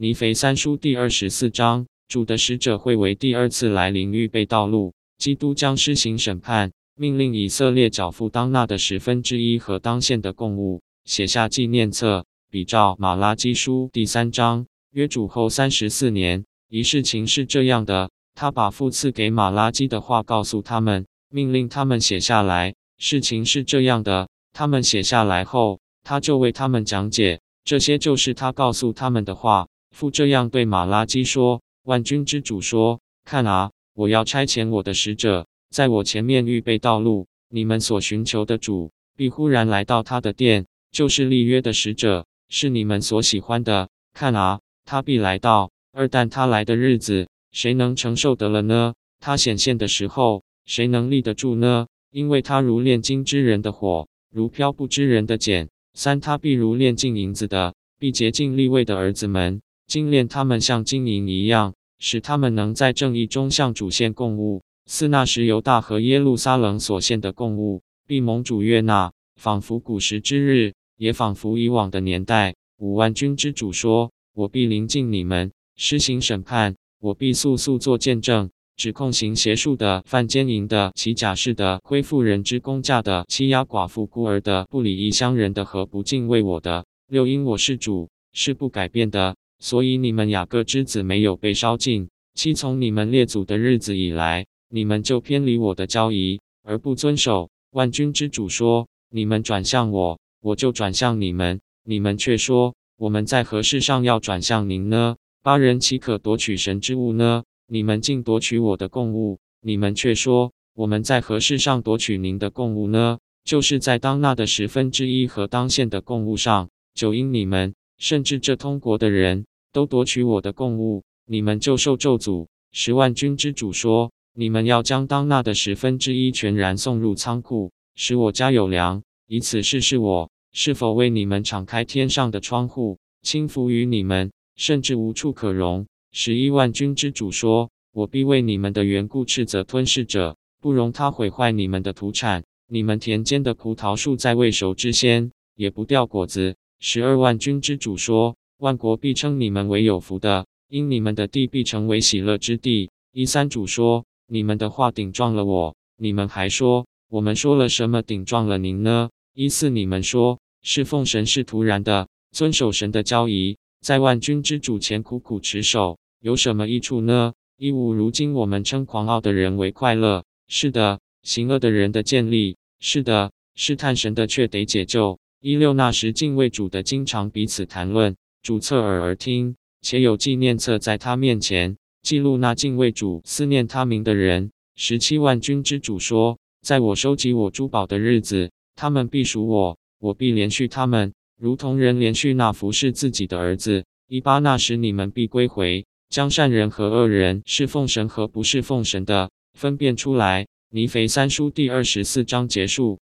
尼腓三书第24章，主的使者会为第二次来临预备道路，基督将施行审判，命令以色列缴付当纳的1/10和当献的供物，写下纪念册，比照马拉基书第3章，约主后34年，事情是这样的，他把父赐给马拉基的话告诉他们，命令他们写下来。事情是这样的，他们写下来后，他就为他们讲解，这些就是他告诉他们的话。父这样对马拉基说：万军之主说，看啊，我要差遣我的使者，在我前面预备道路，你们所寻求的主，必忽然来到他的殿，就是立约的使者，是你们所喜欢的。看啊，他必来到。但他来的日子，谁能承受得了呢？他显现的时候，谁能立得住呢？因为他如炼金之人的火，如漂布之人的碱。他必如炼净银子的，必洁净利未的儿子们，精炼他们像金银一样，使他们能在正义中向主献供物。那时犹大和耶路撒冷所献的供物，必蒙主悦纳，仿佛古时之日，也仿佛以往的年代。万军之主说，我必临近你们，施行审判，我必速速作见证，指控行邪术的、犯奸淫的、起假誓的、亏负人之公价的、欺压寡妇孤儿的、不理异乡人的和不敬畏我的。因我是主，是不改变的，所以你们雅各之子没有被烧尽。从你们列祖的日子以来，你们就偏离我的教义，而不遵守。万军之主说，你们转向我，我就转向你们。你们却说，我们在何事上要转向您呢？巴人岂可夺取神之物呢？你们竟夺取我的供物。你们却说，我们在何事上夺取您的供物呢？就是在当纳的1/10和当献的供物上。就因你们，甚至这通国的人，都夺取我的供物，你们就受咒诅。万军之主说，你们要将当纳的1/10全然送入仓库，使我家有粮，以此试试我是否为你们敞开天上的窗户，倾福于你们，甚至无处可容。万军之主说，我必为你们的缘故斥责吞噬者，不容他毁坏你们的土产。你们田间的葡萄树在未熟之先，也不掉果子。万军之主说，万国必称你们为有福的，因你们的地必成为喜乐之地。主说，你们的话顶撞了我，你们还说，我们说了什么顶撞了您呢？你们说，侍奉神是徒然的，遵守神的教义，在万军之主前苦苦持守，有什么益处呢？如今我们称狂傲的人为快乐，是的，行恶的人的建立，是的，试探神的却得解救。那时敬畏主的经常彼此谈论，主侧耳而听，且有纪念册在他面前，记录那敬畏主、思念他名的人。万军之主说，在我收集我珠宝的日子，他们必属我，我必连续他们，如同人连续那服侍自己的儿子。那时你们必归回，将善人和恶人、侍奉神和不侍奉神的分辨出来。尼腓三书第24章结束。